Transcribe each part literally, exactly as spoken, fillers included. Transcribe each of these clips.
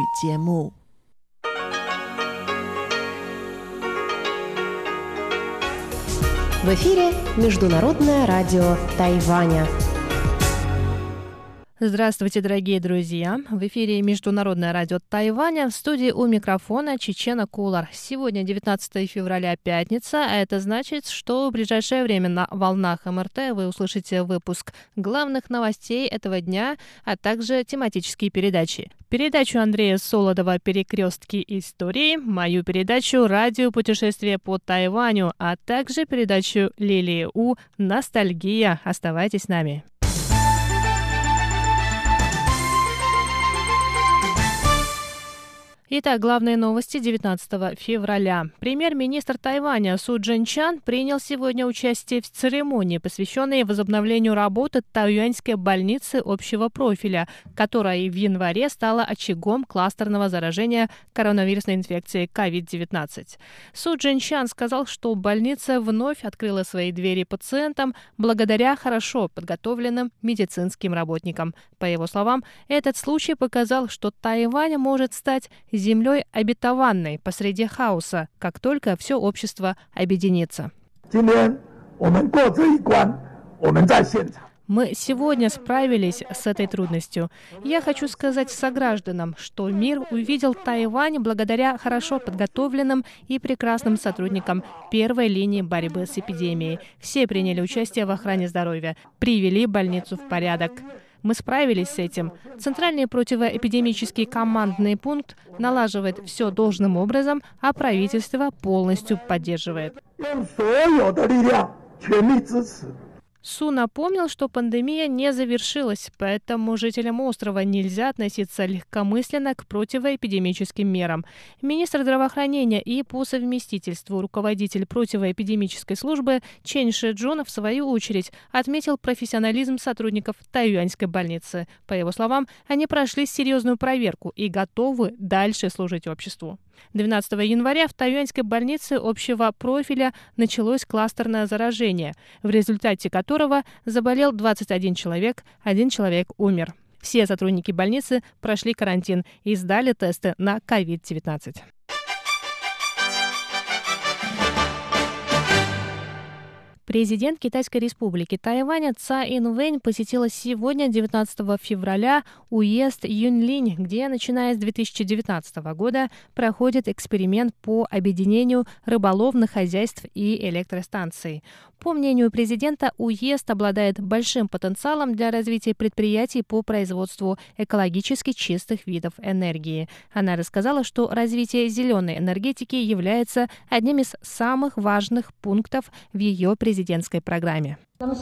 节目。 В эфире Международное радио Тайваня. Здравствуйте, дорогие друзья! В эфире Международное радио Тайваня. В студии у микрофона Чечена Кулар. Сегодня девятнадцатое февраля, пятница, а это значит, что в ближайшее время на волнах эм эр тэ вы услышите выпуск главных новостей этого дня, а также тематические передачи. Передачу Андрея Солодова «Перекрестки истории», мою передачу «Радио путешествие по Тайваню», а также передачу Лилии У «Ностальгия». Оставайтесь с нами. Итак, главные новости девятнадцатого февраля. Премьер-министр Тайваня Су Чжэньчан принял сегодня участие в церемонии, посвященной возобновлению работы Тайюаньской больницы общего профиля, которая в январе стала очагом кластерного заражения коронавирусной инфекцией ковид девятнадцать. Су Чжэньчан сказал, что больница вновь открыла свои двери пациентам благодаря хорошо подготовленным медицинским работникам. По его словам, этот случай показал, что Тайвань может стать землей обетованной посреди хаоса, как только все общество объединится. Мы сегодня справились с этой трудностью. Я хочу сказать согражданам, что мир увидел Тайвань благодаря хорошо подготовленным и прекрасным сотрудникам первой линии борьбы с эпидемией. Все приняли участие в охране здоровья, привели больницу в порядок. Мы справились с этим. Центральный противоэпидемический командный пункт налаживает все должным образом, а правительство полностью поддерживает. Су напомнил, что пандемия не завершилась, поэтому жителям острова нельзя относиться легкомысленно к противоэпидемическим мерам. Министр здравоохранения и по совместительству руководитель противоэпидемической службы Чен Шиджун в свою очередь отметил профессионализм сотрудников Тайюаньской больницы. По его словам, они прошли серьезную проверку и готовы дальше служить обществу. двенадцатого января в Тайюаньской больнице общего профиля началось кластерное заражение, в результате которого заболел двадцать один человек, один человек умер. Все сотрудники больницы прошли карантин и сдали тесты на ковид девятнадцать. Президент Китайской республики Тайваня Цай Инвэнь посетила сегодня, девятнадцатого февраля, уезд Юньлинь, где, начиная с две тысячи девятнадцатого года, проходит эксперимент по объединению рыболовных хозяйств и электростанций. По мнению президента, уезд обладает большим потенциалом для развития предприятий по производству экологически чистых видов энергии. Она рассказала, что развитие зеленой энергетики является одним из самых важных пунктов в ее президентской программе.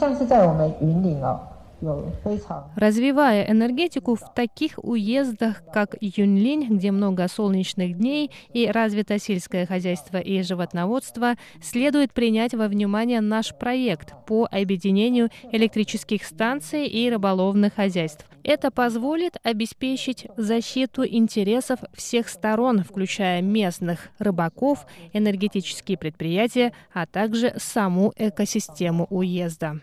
Развивая энергетику в таких уездах, как Юньлинь, где много солнечных дней и развито сельское хозяйство и животноводство, следует принять во внимание наш проект по объединению электрических станций и рыболовных хозяйств. Это позволит обеспечить защиту интересов всех сторон, включая местных рыбаков, энергетические предприятия, а также саму экосистему уезда.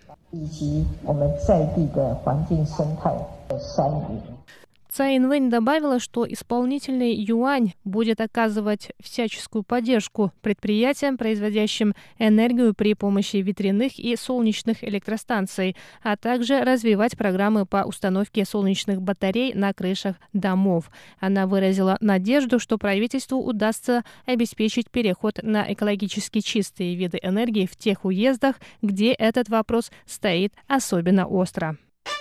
Цай Инвэнь добавила, что исполнительный юань будет оказывать всяческую поддержку предприятиям, производящим энергию при помощи ветряных и солнечных электростанций, а также развивать программы по установке солнечных батарей на крышах домов. Она выразила надежду, что правительству удастся обеспечить переход на экологически чистые виды энергии в тех уездах, где этот вопрос стоит особенно остро.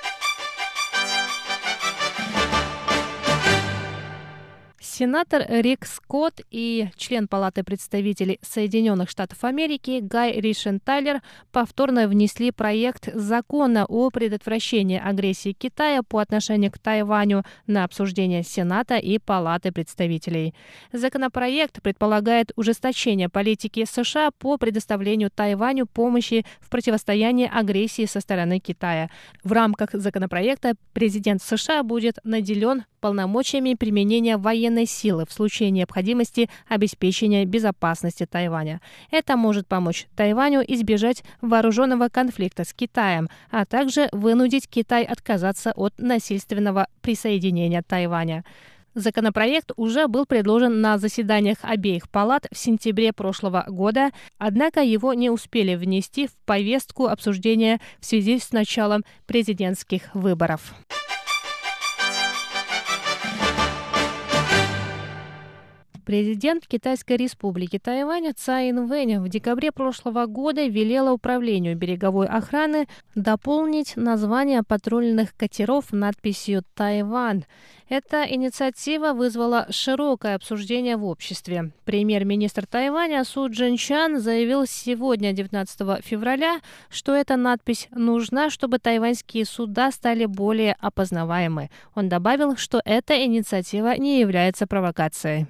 Сенатор Рик Скотт и член Палаты представителей Соединенных Штатов Америки Гай Ришенталер повторно внесли проект закона о предотвращении агрессии Китая по отношению к Тайваню на обсуждение Сената и Палаты представителей. Законопроект предполагает ужесточение политики США по предоставлению Тайваню помощи в противостоянии агрессии со стороны Китая. В рамках законопроекта президент США будет наделен полномочиями применения военной силы в случае необходимости обеспечения безопасности Тайваня. Это может помочь Тайваню избежать вооруженного конфликта с Китаем, а также вынудить Китай отказаться от насильственного присоединения Тайваня. Законопроект уже был предложен на заседаниях обеих палат в сентябре прошлого года, однако его не успели внести в повестку обсуждения в связи с началом президентских выборов. Президент Китайской республики Тайвань Цай Инвэнь в декабре прошлого года велела Управлению береговой охраны дополнить название патрульных катеров надписью «Тайвань». Эта инициатива вызвала широкое обсуждение в обществе. Премьер-министр Тайваня Су Чжэньчан заявил сегодня, девятнадцатого февраля, что эта надпись нужна, чтобы тайваньские суда стали более опознаваемы. Он добавил, что эта инициатива не является провокацией.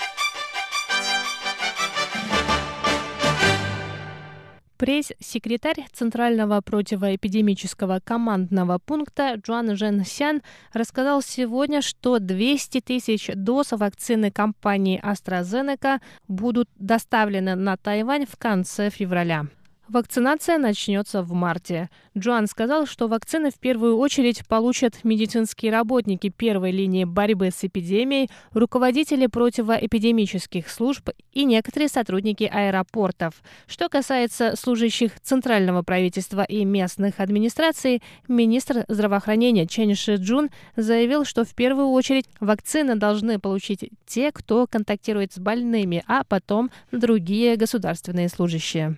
Пресс-секретарь Центрального противоэпидемического командного пункта Чжуан Жэнсян рассказал сегодня, что двести тысяч доз вакцины компании AstraZeneca будут доставлены на Тайвань в конце февраля. Вакцинация начнется в марте. Чжуан сказал, что вакцины в первую очередь получат медицинские работники первой линии борьбы с эпидемией, руководители противоэпидемических служб и некоторые сотрудники аэропортов. Что касается служащих центрального правительства и местных администраций, министр здравоохранения Чен Ши-Чжун заявил, что в первую очередь вакцины должны получить те, кто контактирует с больными, а потом другие государственные служащие.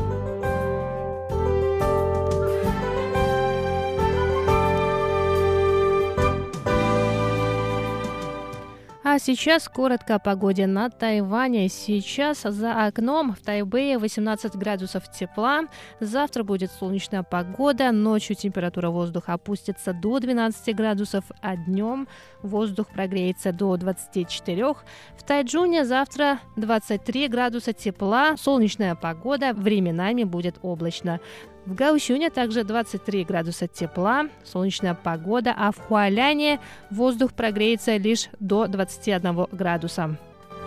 А сейчас коротко о погоде на Тайване. Сейчас за окном в Тайбэе восемнадцать градусов тепла. Завтра будет солнечная погода. Ночью температура воздуха опустится до двенадцати градусов, а днем воздух прогреется до двадцати четырёх. В Тайчжуне завтра двадцать три градуса тепла. Солнечная погода. Временами будет облачно. В Гаосюне также двадцать три градуса тепла, солнечная погода, а в Хуаляне воздух прогреется лишь до двадцати одного градуса.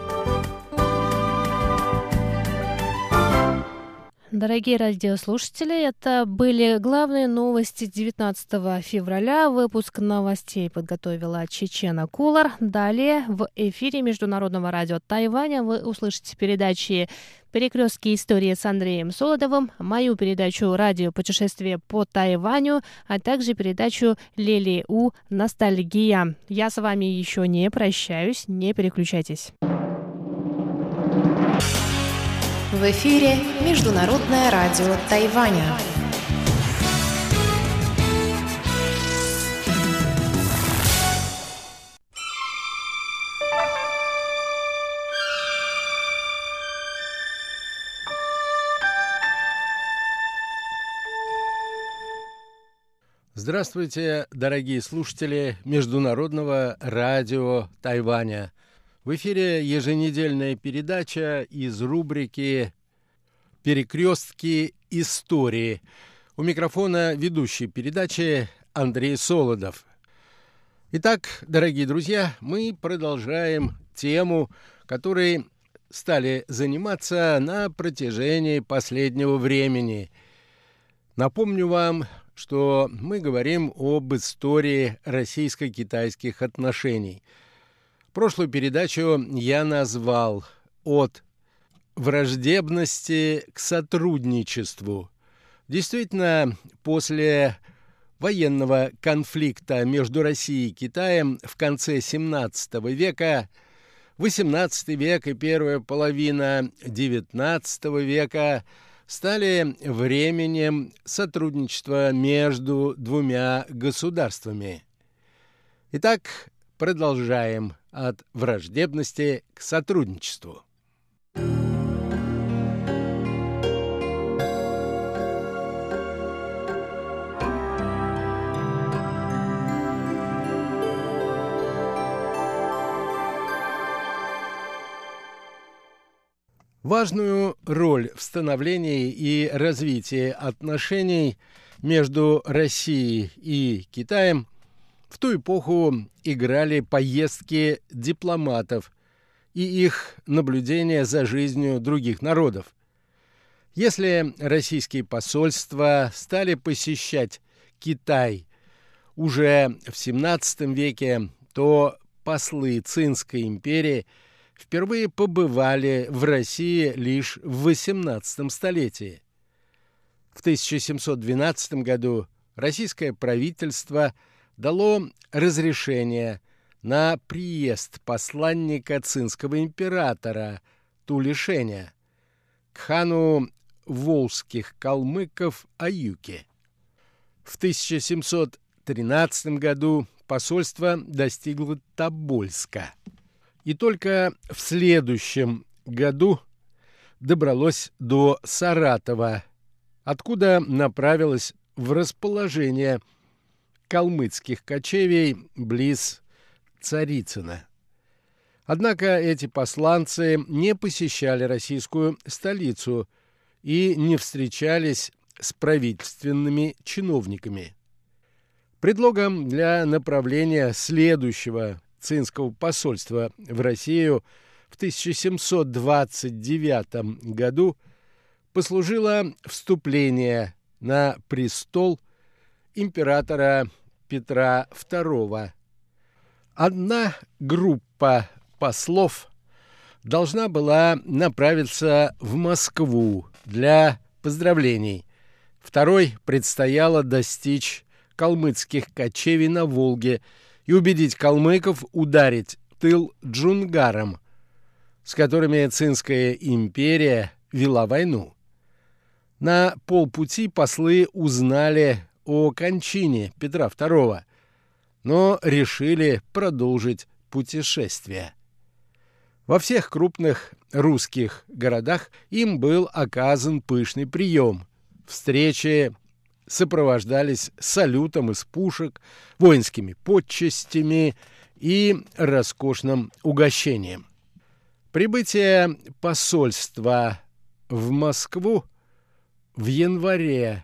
Дорогие радиослушатели, это были главные новости девятнадцатого февраля. Выпуск новостей подготовила Чечена Кулар. Далее в эфире Международного радио Тайваня вы услышите передачи «Перекрестки истории» с Андреем Солодовым, мою передачу «Радио путешествие по Тайваню», а также передачу «Лили У. Ностальгия». Я с вами еще не прощаюсь, не переключайтесь. В эфире Международное радио Тайваня. Здравствуйте, дорогие слушатели Международного радио Тайваня. В эфире еженедельная передача из рубрики «Перекрестки истории». У микрофона ведущий передачи Андрей Солодов. Итак, дорогие друзья, мы продолжаем тему, которой стали заниматься на протяжении последнего времени. Напомню вам, что мы говорим об истории российско-китайских отношений. Прошлую передачу я назвал «От враждебности к сотрудничеству». Действительно, после военного конфликта между Россией и Китаем в конце семнадцатого века, восемнадцатый век и первая половина девятнадцатого века стали временем сотрудничества между двумя государствами. Итак, продолжаем от враждебности к сотрудничеству. Важную роль в становлении и развитии отношений между Россией и Китаем в ту эпоху играли поездки дипломатов и их наблюдение за жизнью других народов. Если российские посольства стали посещать Китай уже в семнадцатом веке, то послы Цинской империи впервые побывали в России лишь в восемнадцатом столетии. В тысяча семьсот двенадцатом году российское правительство дало разрешение на приезд посланника цинского императора Тулишеня к хану волжских калмыков Аюке. В тысяча семьсот тринадцатом году посольство достигло Тобольска, и только в следующем году добралось до Саратова, откуда направилось в расположение калмыцких кочевий близ Царицына. Однако эти посланцы не посещали российскую столицу и не встречались с правительственными чиновниками. Предлогом для направления следующего цинского посольства в Россию в тысяча семьсот двадцать девятом году послужило вступление на престол императора Петра второго. Одна группа послов должна была направиться в Москву для поздравлений. Второй предстояло достичь калмыцких кочевий на Волге и убедить калмыков ударить в тыл джунгарам, с которыми Цинская империя вела войну. На полпути послы узнали о кончине Петра второго, но решили продолжить путешествие. Во всех крупных русских городах им был оказан пышный прием. Встречи сопровождались салютом из пушек, воинскими почестями и роскошным угощением. Прибытие посольства в Москву в январе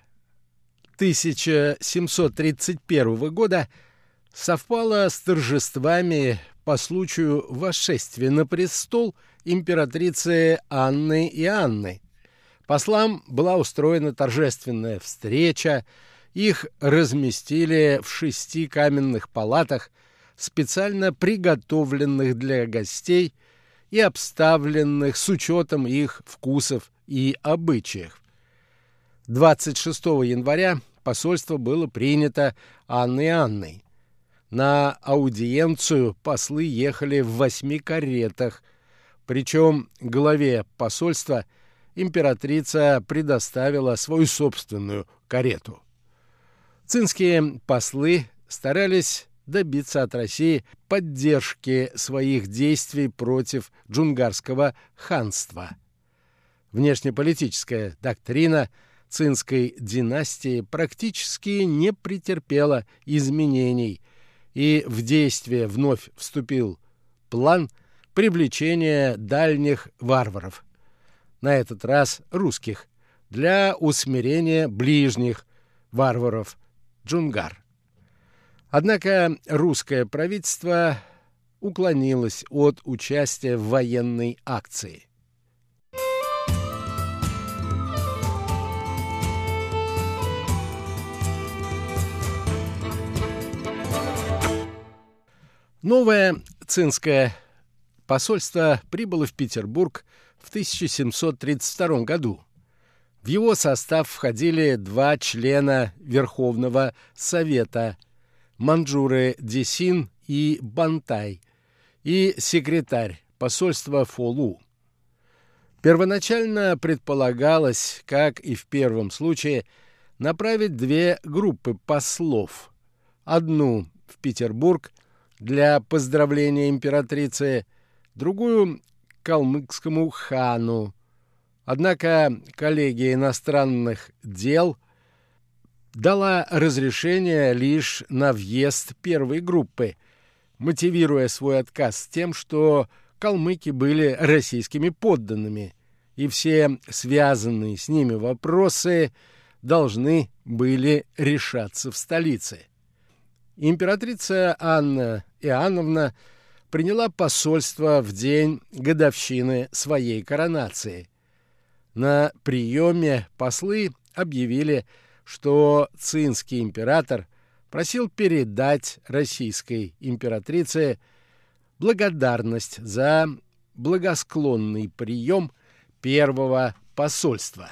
тысяча семьсот тридцать первого года совпало с торжествами по случаю восшествия на престол императрицы Анны Иоанны. Послам была устроена торжественная встреча, их разместили в шести каменных палатах, специально приготовленных для гостей и обставленных с учетом их вкусов и обычаев. двадцать шестого января посольство было принято Анной Иоанной. На аудиенцию послы ехали в восьми каретах, причем главе посольства императрица предоставила свою собственную карету. Цинские послы старались добиться от России поддержки своих действий против джунгарского ханства. Внешнеполитическая доктрина Цинской династии практически не претерпела изменений, и в действие вновь вступил план привлечения дальних варваров, на этот раз русских, для усмирения ближних варваров джунгар. Однако русское правительство уклонилось от участия в военной акции. Новое цинское посольство прибыло в Петербург в тысяча семьсот тридцать втором году. В его состав входили два члена Верховного Совета – манчжуры Десин и Бантай, и секретарь посольства Фолу. Первоначально предполагалось, как и в первом случае, направить две группы послов. Одну в Петербург для поздравления императрицы, другую – к калмыцкому хану. Однако коллегия иностранных дел дала разрешение лишь на въезд первой группы, мотивируя свой отказ тем, что калмыки были российскими подданными, и все связанные с ними вопросы должны были решаться в столице. Императрица Анна Иоанновна приняла посольство в день годовщины своей коронации. На приеме послы объявили, что цинский император просил передать российской императрице благодарность за благосклонный прием первого посольства.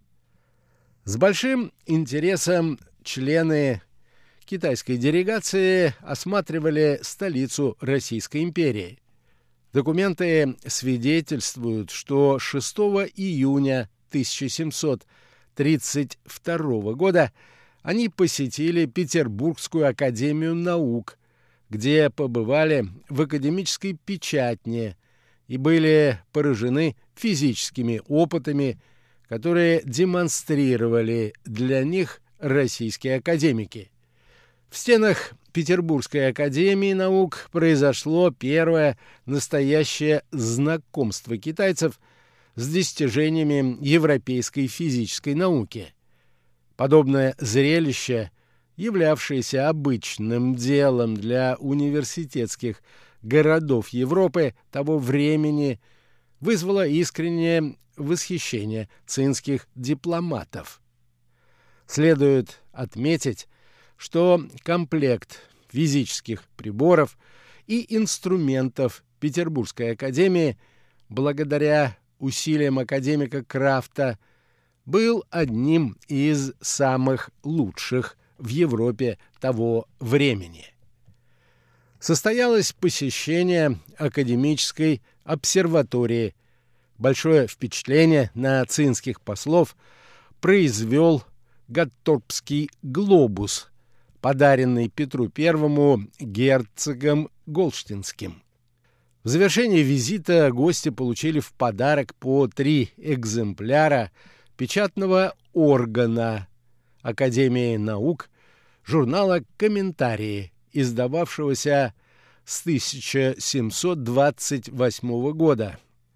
С большим интересом члены китайской делегации осматривали столицу Российской империи. Документы свидетельствуют, что шестого июня тысяча семьсот тридцать второго года они посетили Петербургскую академию наук, где побывали в академической печатне и были поражены физическими опытами, которые демонстрировали для них российские академики. В стенах Петербургской академии наук произошло первое настоящее знакомство китайцев с достижениями европейской физической науки. Подобное зрелище, являвшееся обычным делом для университетских городов Европы того времени, вызвало искреннее восхищение цинских дипломатов. Следует отметить, что комплект физических приборов и инструментов Петербургской академии, благодаря усилиям академика Крафта, был одним из самых лучших в Европе того времени. Состоялось посещение академической обсерватории. Большое впечатление на цинских послов произвел Гатторпский глобус, подаренный Петру Первому герцогом Голштинским. В завершении визита гости получили в подарок по три экземпляра печатного органа Академии наук, журнала «Комментарии», издававшегося с тысяча семьсот двадцать восьмого года,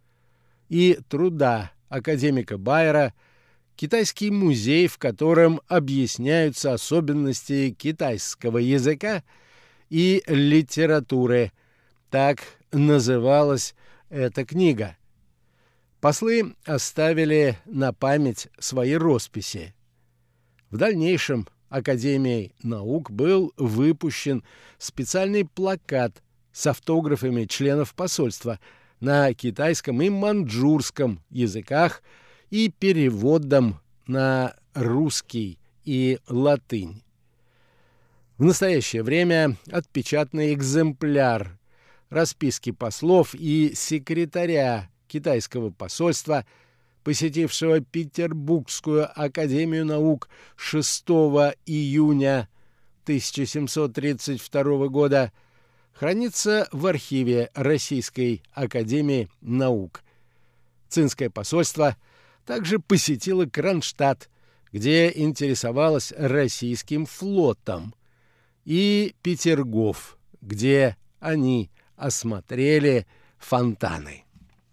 и труда академика Байера «Китайский музей», в котором объясняются особенности китайского языка и литературы. Так называлась эта книга. Послы оставили на память свои росписи. В дальнейшем Академией наук был выпущен специальный плакат с автографами членов посольства на китайском и маньчжурском языках и переводом на русский и латынь. В настоящее время отпечатанный экземпляр расписки послов и секретаря китайского посольства, посетившего Петербургскую академию наук шестого июня тысяча семьсот тридцать второго года, хранится в архиве Российской академии наук. Цинское посольство также посетило Кронштадт, где интересовалось российским флотом, и Петергоф, где они осмотрели фонтаны.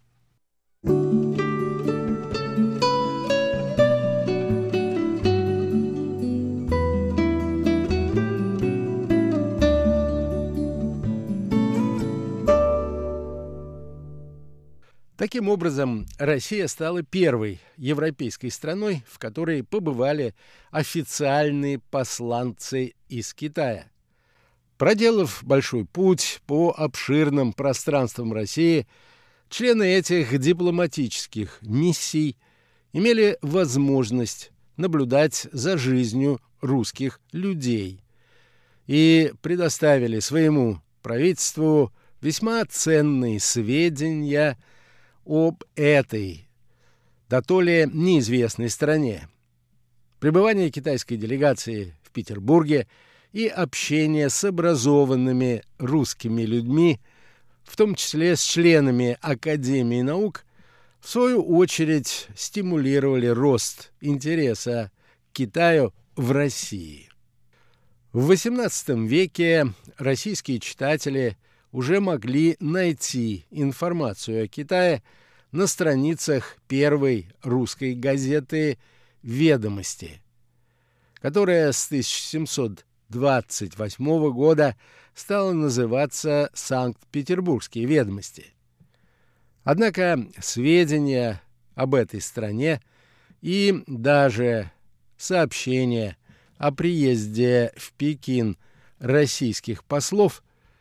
Таким образом, Россия стала первой европейской страной, в которой побывали официальные посланцы из Китая. Проделав большой путь по обширным пространствам России, члены этих дипломатических миссий имели возможность наблюдать за жизнью русских людей и предоставили своему правительству весьма ценные сведения об этой, дотоле неизвестной стране. Пребывание китайской делегации в Петербурге и общение с образованными русскими людьми, в том числе с членами Академии наук, в свою очередь стимулировали рост интереса к Китаю в России. В восемнадцатом веке российские читатели уже могли найти информацию о Китае на страницах первой русской газеты «Ведомости», которая с тысяча семьсот двадцать восьмого года стала называться «Санкт-Петербургские ведомости». Однако сведения об этой стране и даже сообщения о приезде в Пекин российских послов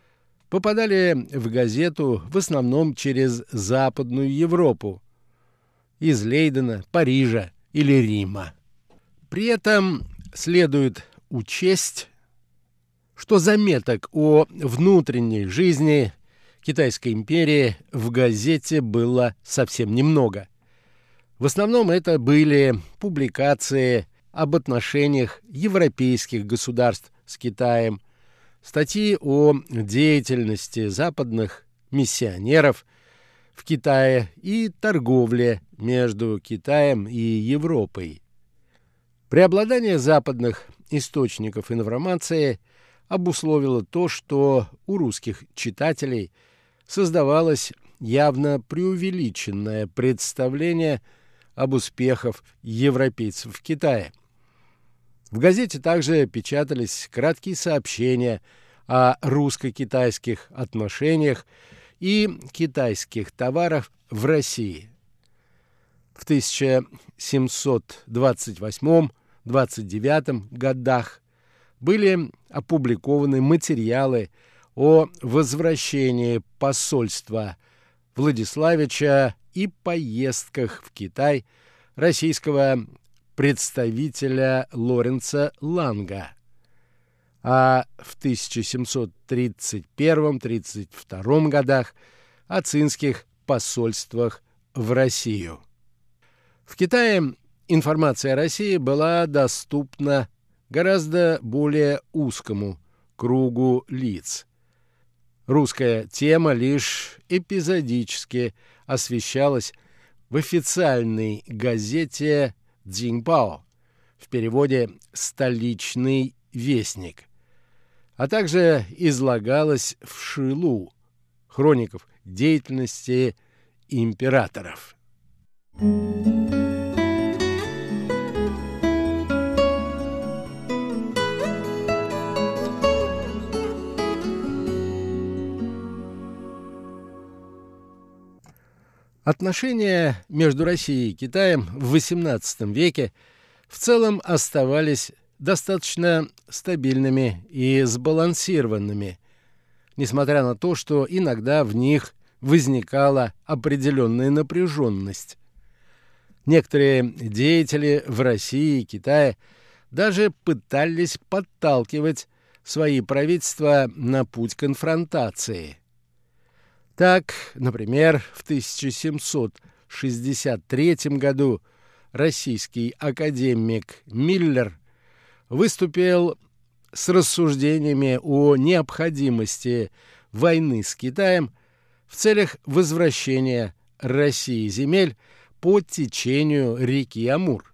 попадали в газету в основном через Западную Европу, из Лейдена, Парижа или Рима. При этом следует учесть, что заметок о внутренней жизни Китайской империи в газете было совсем немного. В основном это были публикации об отношениях европейских государств с Китаем, статьи о деятельности западных миссионеров в Китае и торговле между Китаем и Европой. Преобладание западных источников информации обусловило то, что у русских читателей создавалось явно преувеличенное представление об успехах европейцев в Китае. В газете также печатались краткие сообщения о русско-китайских отношениях и китайских товарах в России. В тысяча семьсот двадцать восьмом — двадцать девятом годах были опубликованы материалы о возвращении посольства Владиславича и поездках в Китай российского представителя Лоренца Ланга, а в тысяча семьсот тридцать первом — тридцать втором годах о цинских посольствах в Россию. В Китае информация о России была доступна гораздо более узкому кругу лиц. Русская тема лишь эпизодически освещалась в официальной газете «Цзиньбао», в переводе «Столичный вестник», а также излагалась в Шилу, хрониках деятельности императоров. Отношения между Россией и Китаем в восемнадцатом веке в целом оставались достаточно стабильными и сбалансированными, несмотря на то, что иногда в них возникала определенная напряженность. Некоторые деятели в России и Китае даже пытались подталкивать свои правительства на путь конфронтации. Так, например, в тысяча семьсот шестьдесят третьем году российский академик Миллер выступил с рассуждениями о необходимости войны с Китаем в целях возвращения России земель по течению реки Амур.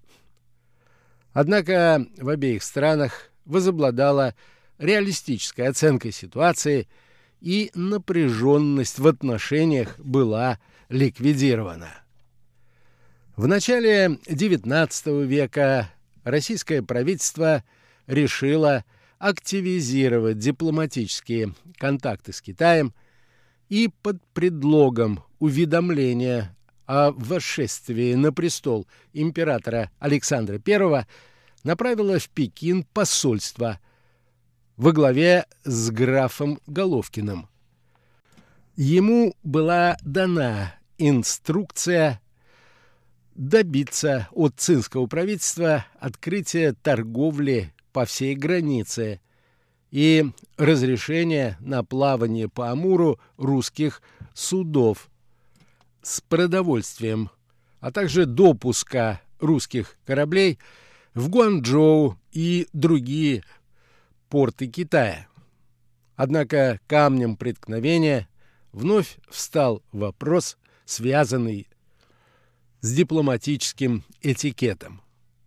Однако в обеих странах возобладала реалистическая оценка ситуации, и напряженность в отношениях была ликвидирована. В начале девятнадцатого века российское правительство решило активизировать дипломатические контакты с Китаем и под предлогом уведомления о восшествии на престол императора Александра Первого направило в Пекин посольство во главе с графом Головкиным. Ему была дана инструкция добиться от цинского правительства открытия торговли по всей границе и разрешения на плавание по Амуру русских судов с продовольствием, а также допуска русских кораблей в Гуанчжоу и другие порты Китая. Однако камнем преткновения вновь встал вопрос, связанный с дипломатическим этикетом.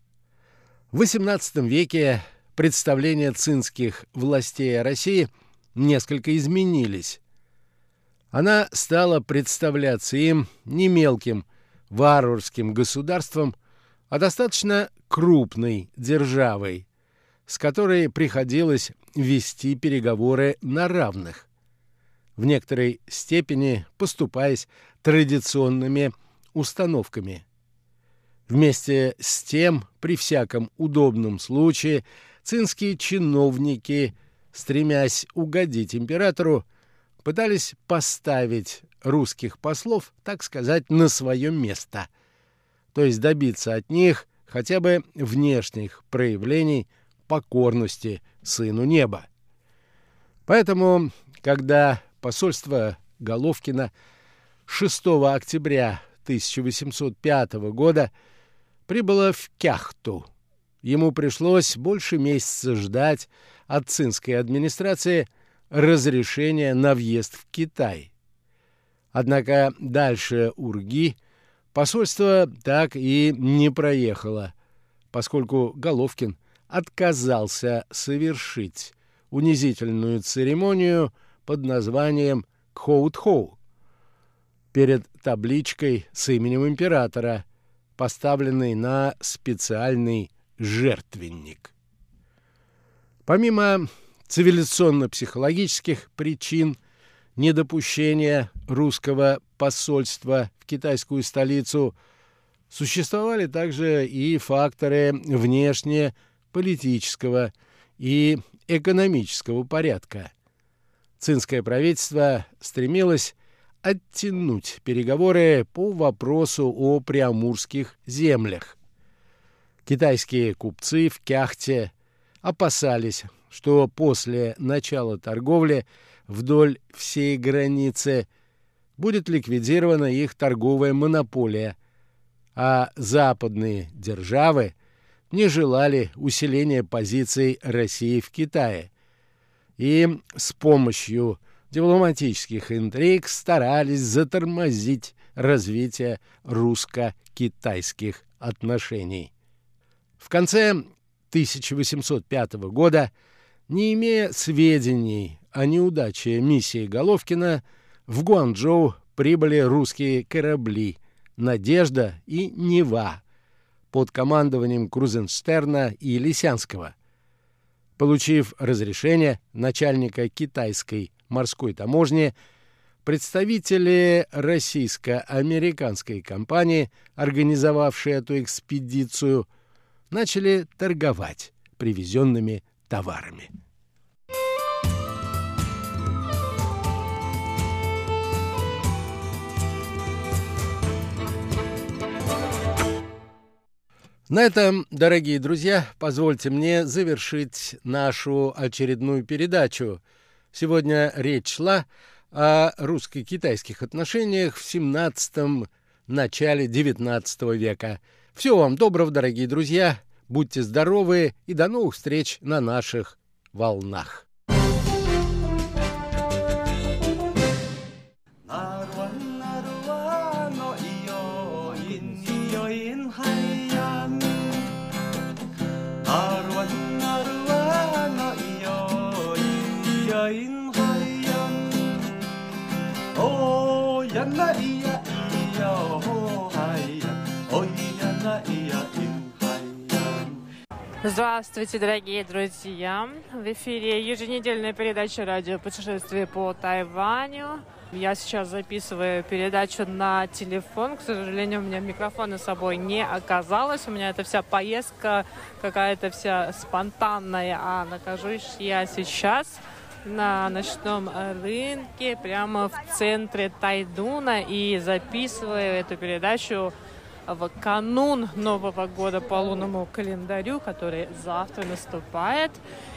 В восемнадцатом веке представления цинских властей о России несколько изменились. Она стала представляться им не мелким варварским государством, а достаточно крупной державой, с которой приходилось вести переговоры на равных, в некоторой степени поступаясь традиционными установками. Вместе с тем, при всяком удобном случае, цинские чиновники, стремясь угодить императору, пытались поставить русских послов, так сказать, на свое место, то есть добиться от них хотя бы внешних проявлений покорности Сыну Неба. Поэтому, когда посольство Головкина шестого октября тысяча восемьсот пятого года прибыло в Кяхту, ему пришлось больше месяца ждать от цинской администрации разрешения на въезд в Китай. Однако дальше Урги посольство так и не проехало, поскольку Головкин отказался совершить унизительную церемонию под названием Кхоут-хоу перед табличкой с именем императора, поставленной на специальный жертвенник. Помимо цивилизационно-психологических причин недопущения русского посольства в китайскую столицу, существовали также и факторы внешнеполитического и экономического порядка. Цинское правительство стремилось оттянуть переговоры по вопросу о приамурских землях. Китайские купцы в Кяхте опасались, что после начала торговли вдоль всей границы будет ликвидирована их торговая монополия, а западные державы не желали усиления позиций России в Китае и с помощью дипломатических интриг старались затормозить развитие русско-китайских отношений. В конце тысяча восемьсот пятого года, не имея сведений о неудаче миссии Головкина, в Гуанчжоу прибыли русские корабли «Надежда» и «Нева» под командованием Крузенштерна и Лисянского. Получив разрешение начальника китайской морской таможни, представители российско-американской компании, организовавшие эту экспедицию, начали торговать привезенными товарами. На этом, дорогие друзья, позвольте мне завершить нашу очередную передачу. Сегодня речь шла о русско-китайских отношениях в семнадцатом начале девятнадцатого века. Всего вам доброго, дорогие друзья, будьте здоровы и до новых встреч на наших волнах. Здравствуйте, дорогие друзья! В эфире еженедельная передача радио «Путешествие по Тайваню». Я сейчас записываю передачу на телефон. К сожалению, у меня микрофона с собой не оказалось. У меня эта вся поездка какая-то вся спонтанная. А нахожусь я сейчас на ночном рынке прямо в центре Тайдуна и записываю эту передачу в канун Нового года по лунному календарю, который завтра наступает.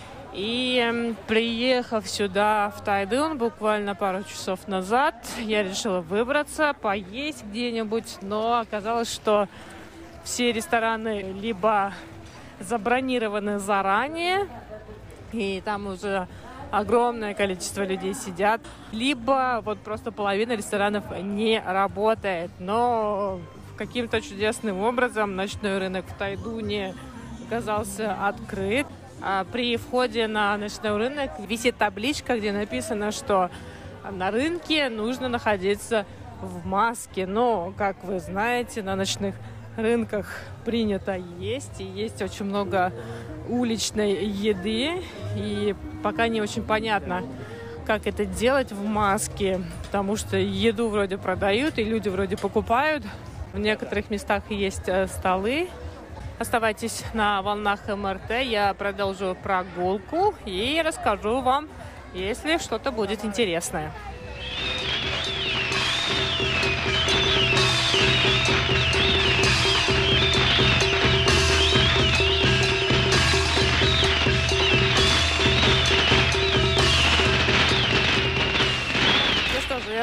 И приехав сюда, в Тайдун, буквально пару часов назад, я решила выбраться, поесть где-нибудь, но оказалось, что все рестораны либо забронированы заранее, и там уже огромное количество людей сидят, либо вот просто половина ресторанов не работает. Но каким-то чудесным образом ночной рынок в Тайдуне оказался открыт. А при входе на ночной рынок висит табличка, где написано, что на рынке нужно находиться в маске. Но, как вы знаете, на ночных рынках принято есть, и есть очень много уличной еды, и пока не очень понятно, как это делать в маске, потому что еду вроде продают, и люди вроде покупают. В некоторых местах есть столы. Оставайтесь на волнах эм эр тэ, я продолжу прогулку и расскажу вам, если что-то будет интересное.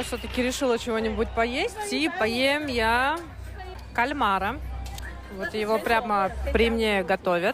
все-таки решила чего-нибудь поесть, и поем я кальмара. Вот его прямо при мне готовят.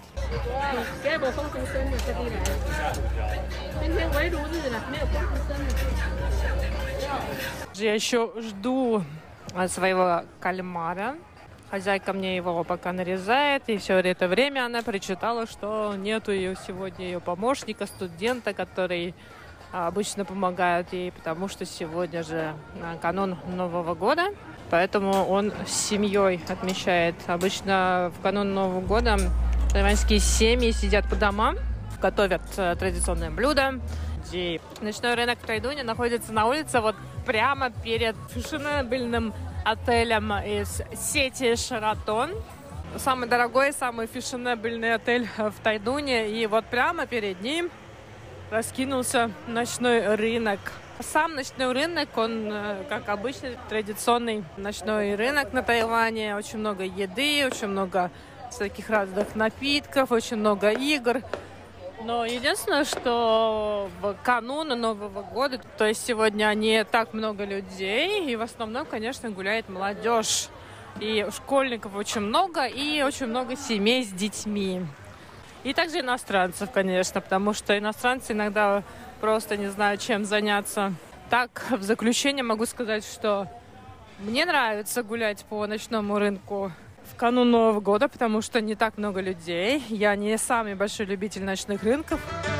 Я еще жду своего кальмара. Хозяйка мне его пока нарезает, и все это время она прочитала, что нету ее сегодня ее помощника, студента, который обычно помогает ей, потому что сегодня же канун Нового года, поэтому он с семьей отмечает. Обычно в канун Нового года тайваньские семьи сидят по домам, готовят традиционные блюда. И ночной рынок в Тайдуне находится на улице вот прямо перед фешенебельным отелем из сети «Шератон». Самый дорогой, самый фешенебельный отель в Тайдуне. И вот прямо перед ним раскинулся ночной рынок. Сам ночной рынок, он, как обычный, традиционный ночной рынок на Тайване. Очень много еды, очень много всяких разных напитков, очень много игр. Но единственное, что в канун Нового года, то есть сегодня не так много людей, и в основном, конечно, гуляет молодежь. И школьников очень много, и очень много семей с детьми. И также иностранцев, конечно, потому что иностранцы иногда просто не знают, чем заняться. Так, в заключение могу сказать, что мне нравится гулять по ночному рынку в канун Нового года, потому что не так много людей. Я не самый большой любитель ночных рынков.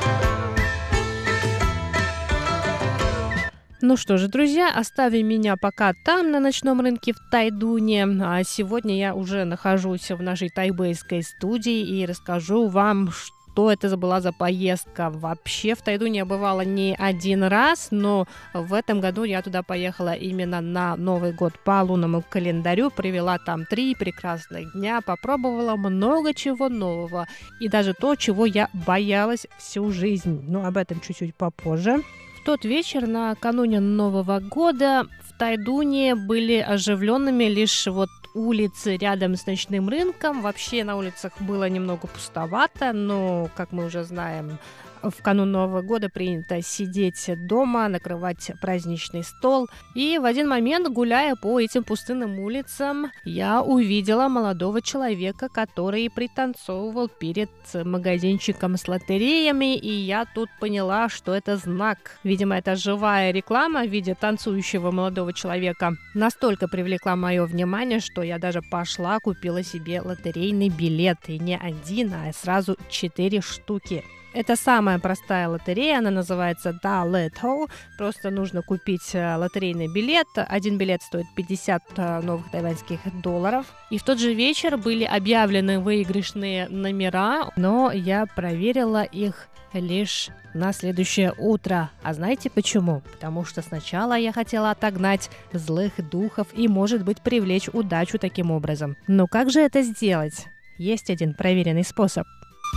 Ну что же, друзья, оставим меня пока там, на ночном рынке в Тайдуне. А сегодня я уже нахожусь в нашей тайбэйской студии и расскажу вам, что это была за поездка. Вообще в Тайдуне я бывала не один раз, но в этом году я туда поехала именно на Новый год по лунному календарю. Провела там три прекрасных дня, попробовала много чего нового. И даже то, чего я боялась всю жизнь. Но об этом чуть-чуть попозже. В тот вечер накануне Нового года в Тайдуне были оживленными лишь вот улицы рядом с ночным рынком. Вообще на улицах было немного пустовато, но, как мы уже знаем, в канун Нового года принято сидеть дома, накрывать праздничный стол. И в один момент, гуляя по этим пустынным улицам, я увидела молодого человека, который пританцовывал перед магазинчиком с лотереями, и я тут поняла, что это знак. Видимо, это живая реклама в виде танцующего молодого человека. Настолько привлекла мое внимание, что я даже пошла, купила себе лотерейный билет. И не один, а сразу четыре штуки. Это самая простая лотерея, она называется Да Лето. Просто нужно купить лотерейный билет. Один билет стоит пятьдесят новых тайваньских долларов. И в тот же вечер были объявлены выигрышные номера, но я проверила их лишь на следующее утро. А знаете почему? Потому что сначала я хотела отогнать злых духов и, может быть, привлечь удачу таким образом. Но как же это сделать? Есть один проверенный способ.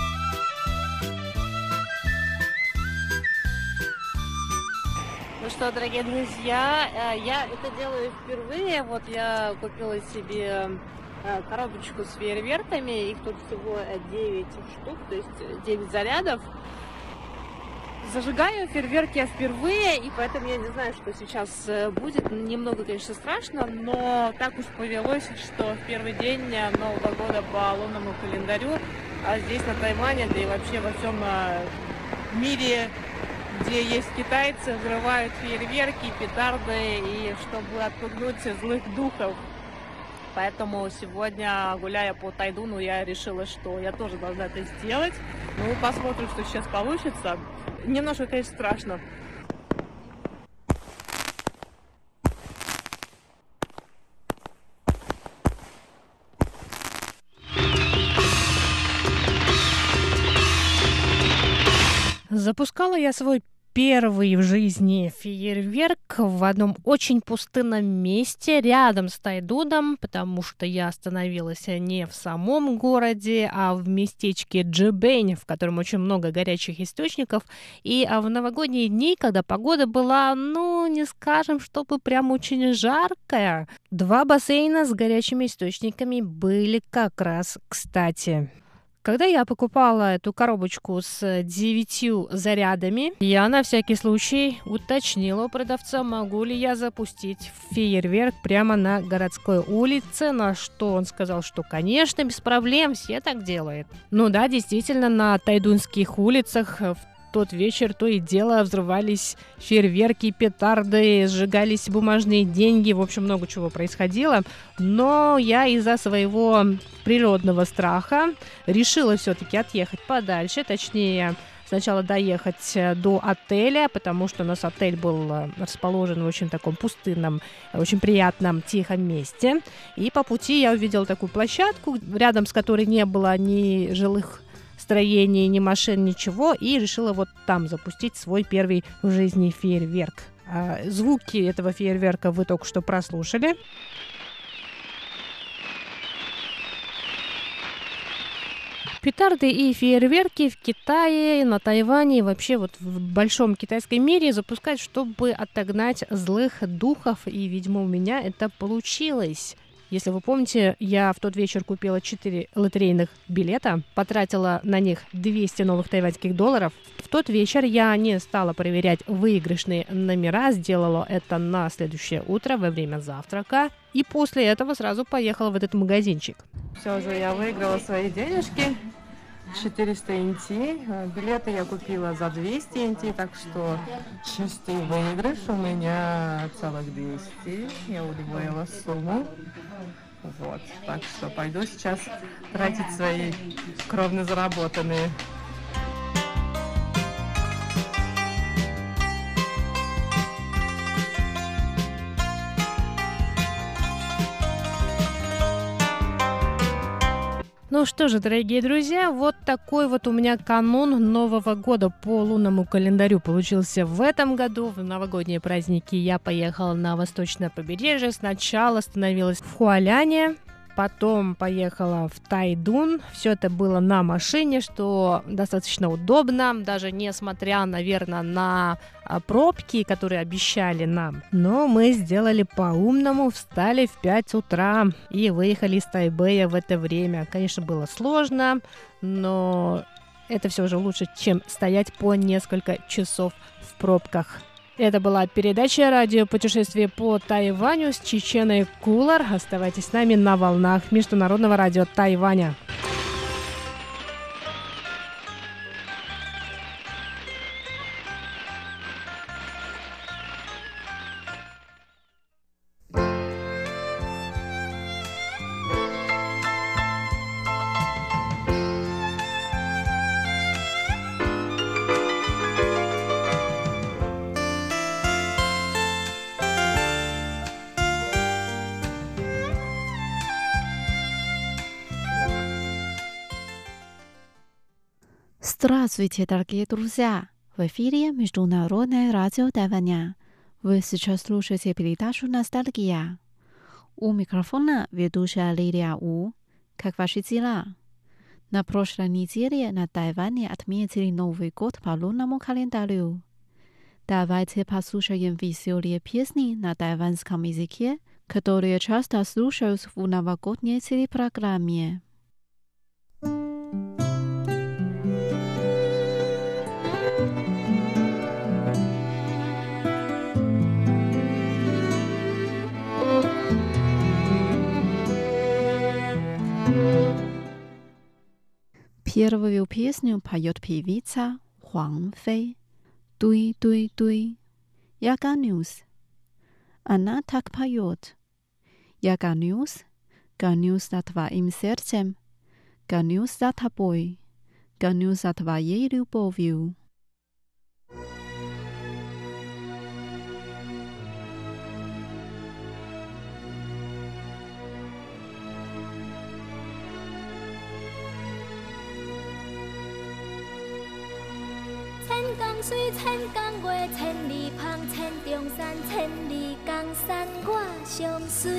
Ну что, дорогие друзья, я это делаю впервые. Вот я купила себе коробочку с фейерверками. Их тут всего девять штук, то есть девять зарядов. Зажигаю фейерверки я впервые, и поэтому я не знаю, что сейчас будет. Немного, конечно, страшно, но так уж повелось, что в первый день Нового года по лунному календарю, а здесь на Тайване, да и вообще во всем мире, где есть китайцы, взрывают фейерверки, петарды, и чтобы отпугнуть злых духов. Поэтому сегодня, гуляя по Тайдуну, я решила, что я тоже должна это сделать. Ну, посмотрим, что сейчас получится. Немножко, конечно, страшно. Запускала я свой первый в жизни фейерверк в одном очень пустынном месте рядом с Тайдуном, потому что я остановилась не в самом городе, а в местечке Джибэнь, в котором очень много горячих источников. И а в новогодние дни, когда погода была, ну, не скажем, чтобы прям очень жаркая, два бассейна с горячими источниками были как раз кстати. Когда я покупала эту коробочку с девятью зарядами, я на всякий случай уточнила у продавца, могу ли я запустить фейерверк прямо на городской улице, на что он сказал, что, конечно, без проблем, все так делают. Ну да, действительно, на тайдунских улицах в тот вечер то и дело взрывались фейерверки, петарды, сжигались бумажные деньги, в общем, много чего происходило. Но я из-за своего природного страха решила все-таки отъехать подальше, точнее, сначала доехать до отеля, потому что у нас отель был расположен в очень таком пустынном, очень приятном, тихом месте. И по пути я увидела такую площадку, рядом с которой не было ни жилых строений, ни машин, ничего, и решила вот там запустить свой первый в жизни фейерверк. А звуки этого фейерверка вы только что прослушали. Петарды и фейерверки в Китае, на Тайване и вообще вот в большом китайском мире запускают, чтобы отогнать злых духов, и, видимо, у меня это получилось. Если вы помните, я в тот вечер купила четыре лотерейных билета, потратила на них двести новых тайваньских долларов. В тот вечер я не стала проверять выигрышные номера, сделала это на следующее утро во время завтрака. И после этого сразу поехала в этот магазинчик. Все же я выиграла свои денежки. четыреста инти. Билеты я купила за двести инти, так что чистый выигрыш у меня целых двести. Я удвоила сумму. Вот, так что пойду сейчас тратить свои кровно заработанные. Ну что же, дорогие друзья, вот такой вот у меня канун Нового года по лунному календарю получился в этом году. В новогодние праздники я поехала на восточное побережье. Сначала остановилась в Хуаляне, потом поехала в Тайдун. Все это было на машине, что достаточно удобно, даже несмотря, наверное, на пробки, которые обещали нам. Но мы сделали по-умному, встали в пять утра и выехали из Тайбэя в это время. Конечно, было сложно, но это все же лучше, чем стоять по несколько часов в пробках. Это была передача «Радио путешествие по Тайваню» с Чеченой Кулар. Оставайтесь с нами на волнах Международного радио Тайваня. Здравствуйте, дорогие друзья! В эфире Международное радио Тайваня. Вы сейчас слушаете передачу «Ностальгия». У микрофона ведущая Лилия У. Как ваши дела? На прошлой неделе на Тайване отметили Новый год по лунному календарю. Давайте послушаем веселые песни на тайваньском языке, которые часто слушают в новогодней телепрограмме. Первую песню поет певица Хуан Фэй. Дуй, дуй, дуй. Я гонюсь. Она так поет. Я гонюсь, гонюсь за твоим сердцем, гонюсь за тобой, гонюсь за твоей любовью. 水千工月，千里芳，千重山，千里江山，我相随。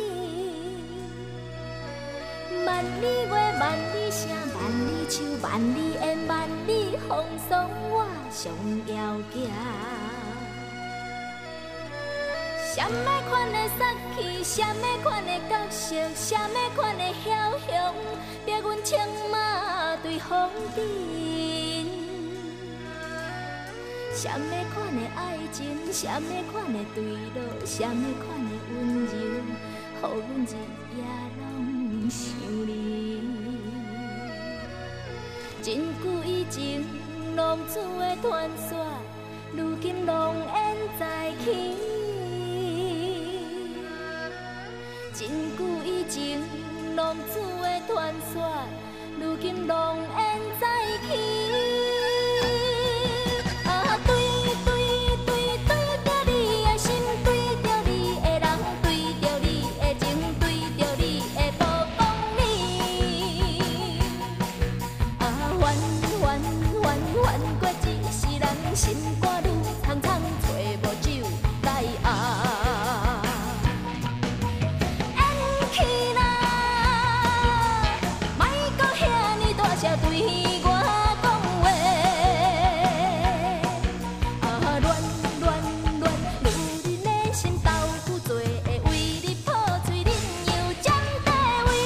万里月，万里声，万里树，万里烟，万里风霜，我上遥行。 什么款的杀气，什么款的角色，什么款的枭雄，逼阮策马对风尘。什么款的爱情，什么款的对路，什么款的温柔，予阮日夜拢想你。真久以前，浪子的传说，如今浓烟再起。真久以前，浪子的传说，如今浓烟再起。心肝愈苍苍，找无酒来压。演起啦，莫搁遐尼大声对我讲话。啊，乱乱乱，女人的心豆腐做，会为你破碎，恁又占地位。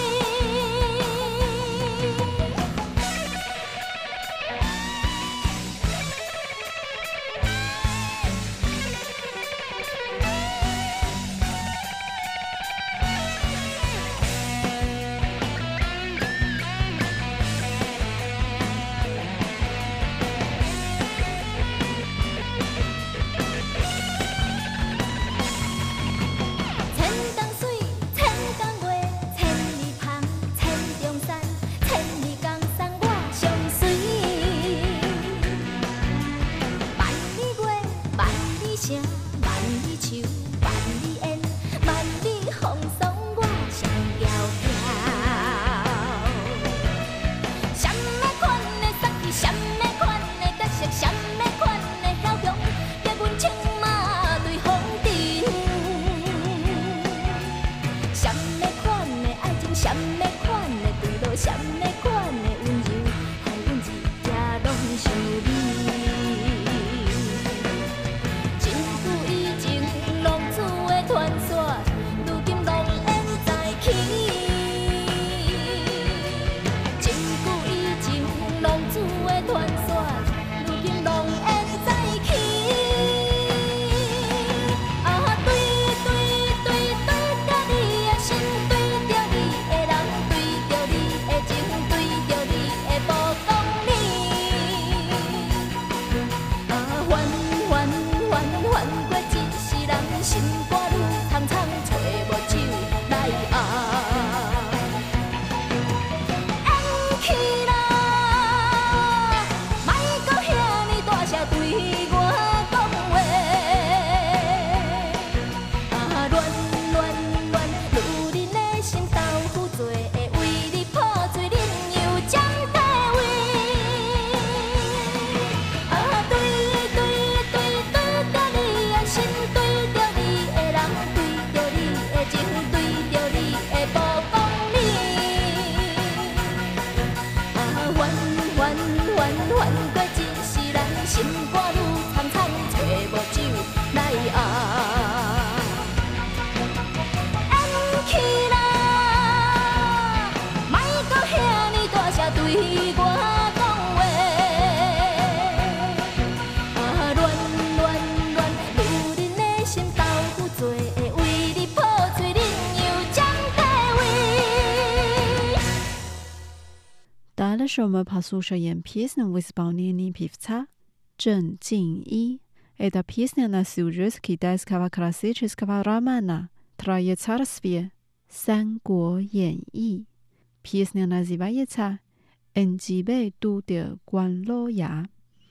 Дальше мы послушаем песню в исполнении певца Чжэн Jingyi. Эта песня на сюжет китайского классического романа «Троецарствие» «Сан Гуо Ян И». Песня называется «Энджибэй Ду де Гуан Ло Я».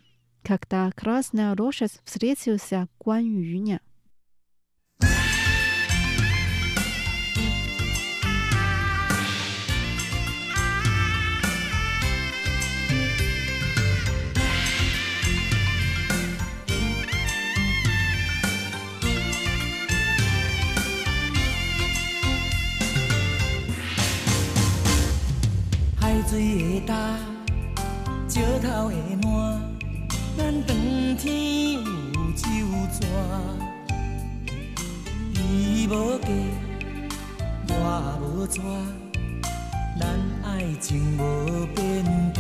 Когда красная лошадь встретился Гуан Юня. 海水会干，石头会烂，咱长天有酒泉。 你无嫁，我无娶，咱爱情无变大。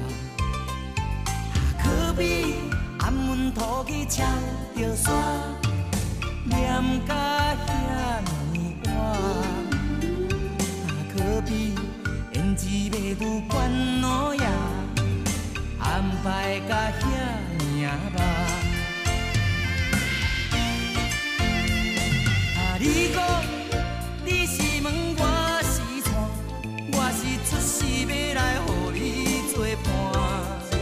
可比暗门土去抄着山，念甲遐尼晚。可比胭脂妹拄关老爷，安排甲遐尼晚。啊，你讲你是问我是错，我是出世要来互你作伴。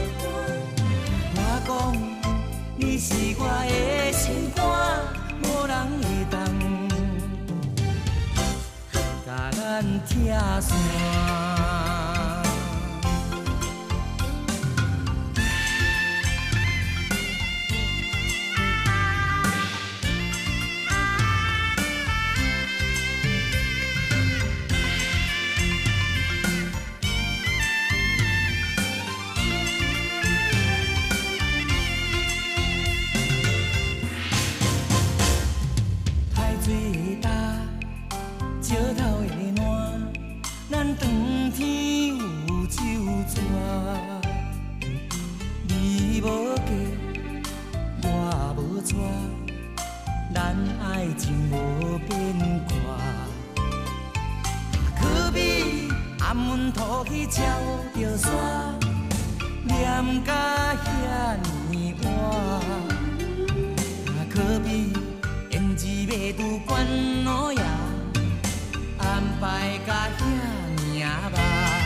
我讲你是我的心肝，无人会当甲咱拆散。咱爱情无变卦，可比暗门土去抄着山，念甲遐尼晚。可比胭脂妹拄关老爷，安排甲遐尼晚。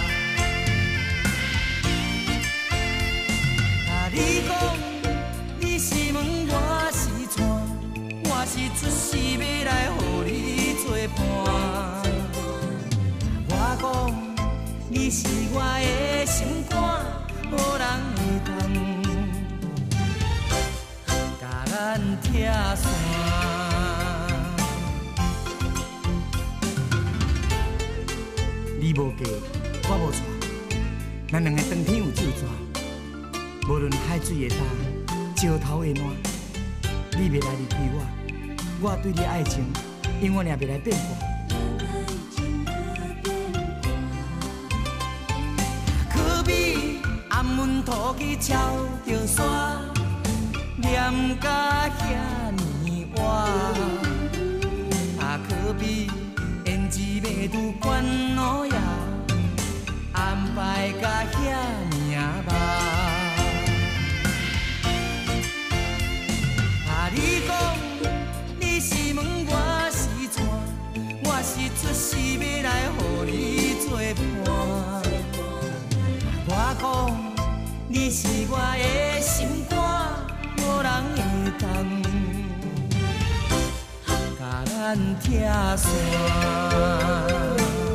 啊，你讲你是问我是错，我是出世要来互你作伴。我讲你是我的心肝，无人会当甲咱拆散。你无嫁，我无娶，咱两个当天有救抓。无论海水的干，石头的烂，你袂来离开我，我对你的爱情永远也袂来变卦。可比暗门土去抄着山，念甲遐尼晚。啊，可比胭脂妹拄关老爷，安排甲遐尼晚。你讲你是问我是错，我是出世要来互你作伴。我讲你是我的心肝，无人会当甲咱拆散。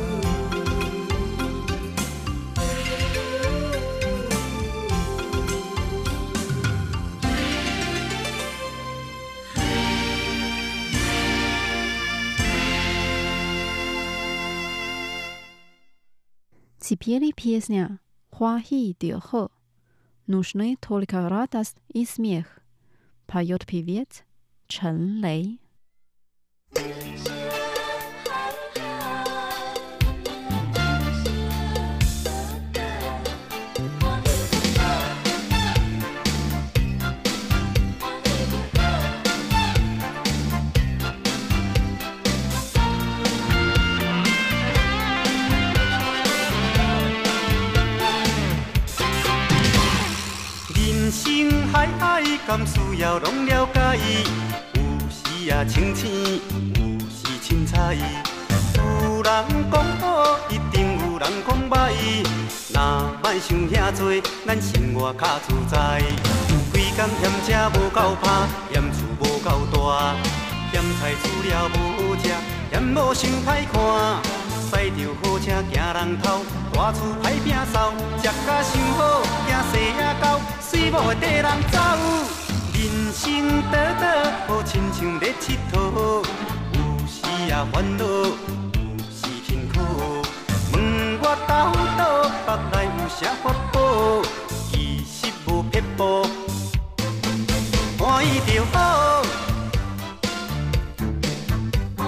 Теперь песня «欢喜就好». Нужны только радость и смех. Поет певец Чен Лэй. 海海甘需要拢了解，有时也清醒，有时凊彩。有人讲好，一定有人讲歹。若莫想遐多，咱生活较自在。规工嫌车无够拍，嫌厝无够大，嫌菜煮了无好食，嫌某想歹看。驶着好车行人头，大厝歹摒扫，食甲伤好，惊细仔狗，水某会缀人走。人生短短，好亲像咧佚佗，有时也烦恼，有时辛苦。问我斗倒，腹内有啥法宝？其实无撇步，欢喜就好。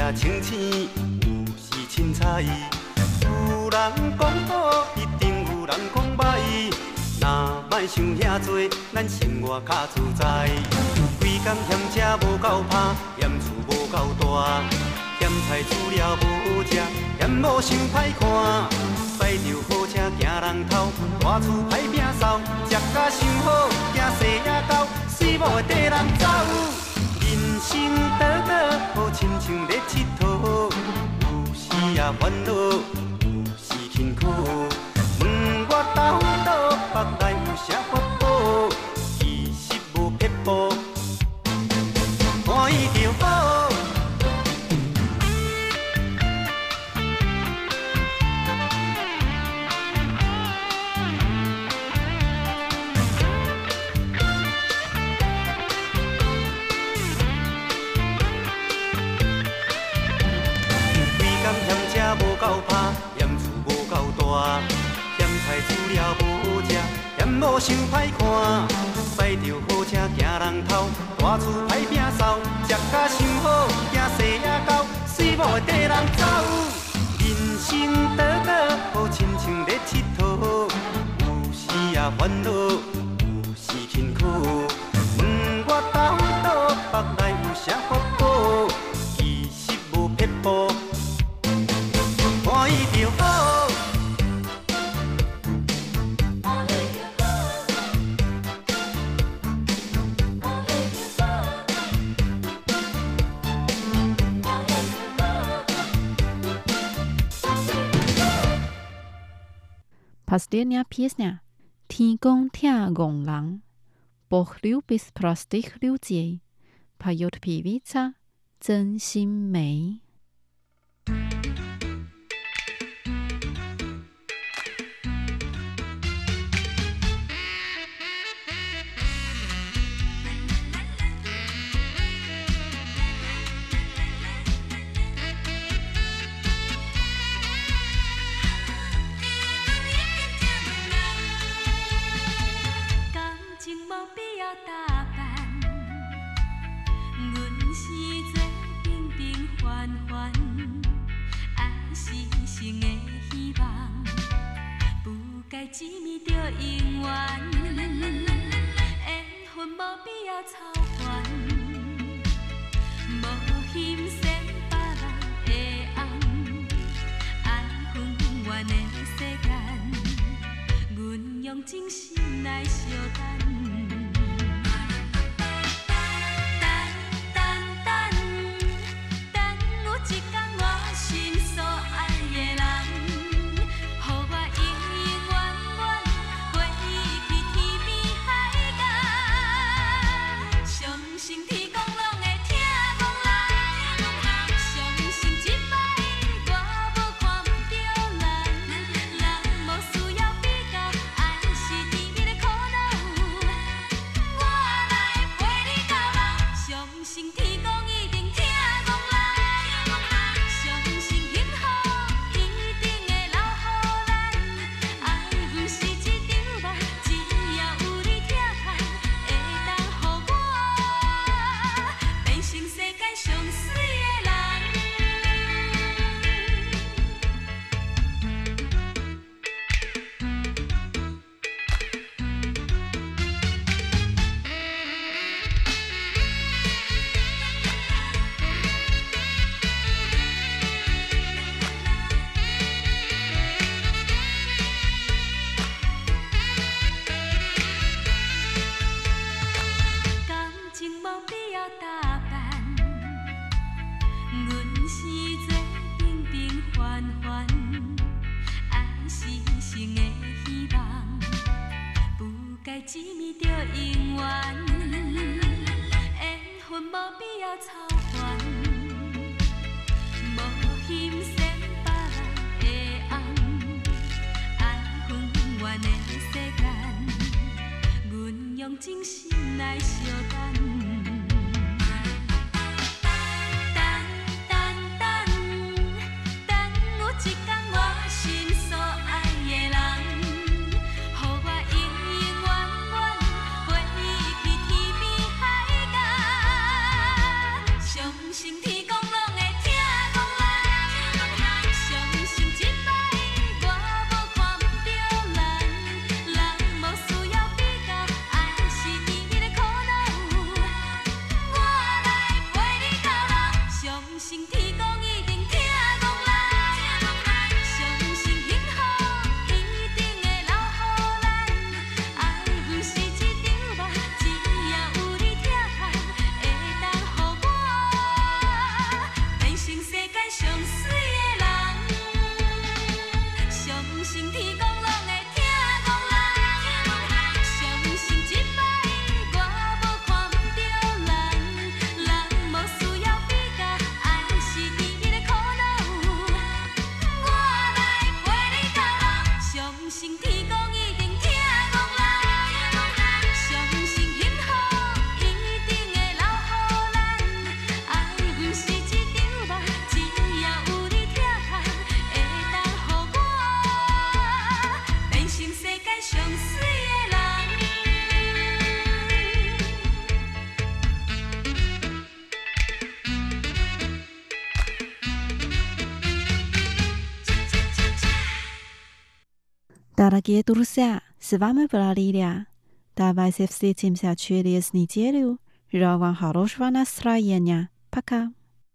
啊清醒，有时凊彩。有人讲好，一定有人讲歹。若莫想遐多，咱生活较自在。规工嫌车无够拍，嫌厝无够大，嫌菜煮了无食，嫌某想歹看。驶着好车行人头，大厝歹摒扫，食甲想好，惊细也狗，水某会缀人走。人生短短，好亲像咧佚佗，有时也烦恼，有时辛苦。问我斗倒，腹内有啥法宝？其实无撇步，欢喜就好。无够拍，嫌厝无够大，嫌菜煮了无食，嫌某想歹看。驶着好车行人头，大厝歹摒扫，食甲想好，惊细也狗，水某会缀人走。人生短短，好亲像咧佚佗，有时也烦恼，有时辛苦。问我斗倒，腹内有啥法宝？其实无撇步。欢喜就好。 Последняя песня. Тигон тягон лан. Бог любит простых людей. Поет певица Цзэн Синмэй. Дорогие друзья, с вами была Лилия. Давайте встретимся через неделю. Желаю вам хорошего настроения. Пока.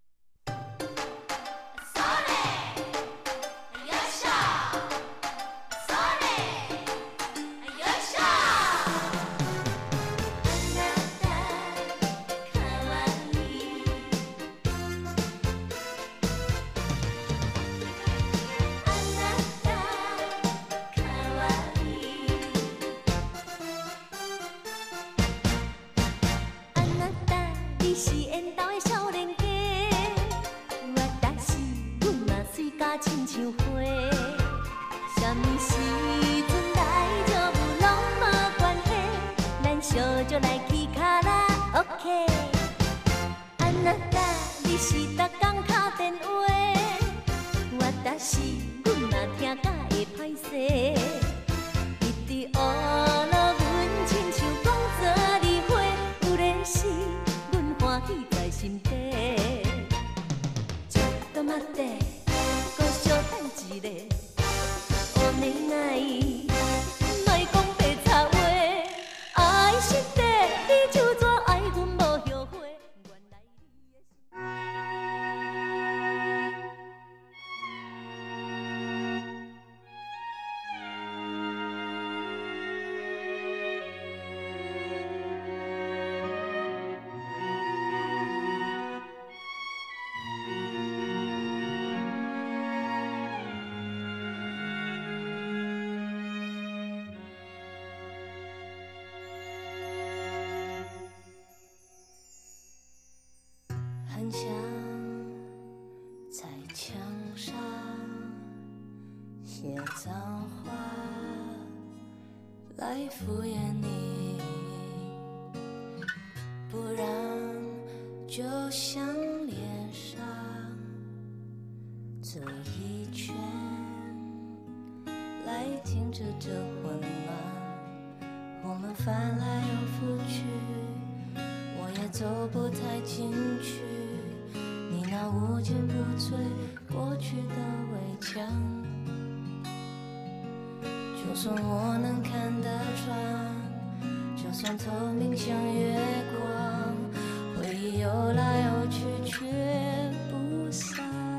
很想在墙上写脏话来敷衍你，不然就像脸上这一圈来停止这混乱，我们翻来又覆去，我也走不太进去你那无坚不摧过去的围墙，就算我能看得穿，就算透明像月光，回忆游来游去却不散。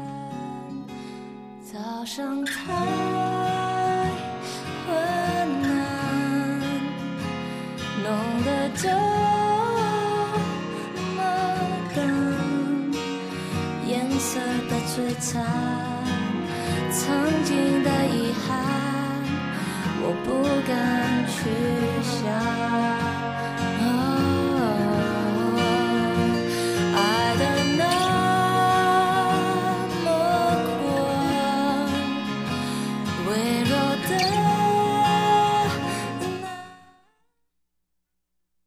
早上太昏暗，弄得这颜色的摧残，曾经的遗憾，我不敢去想。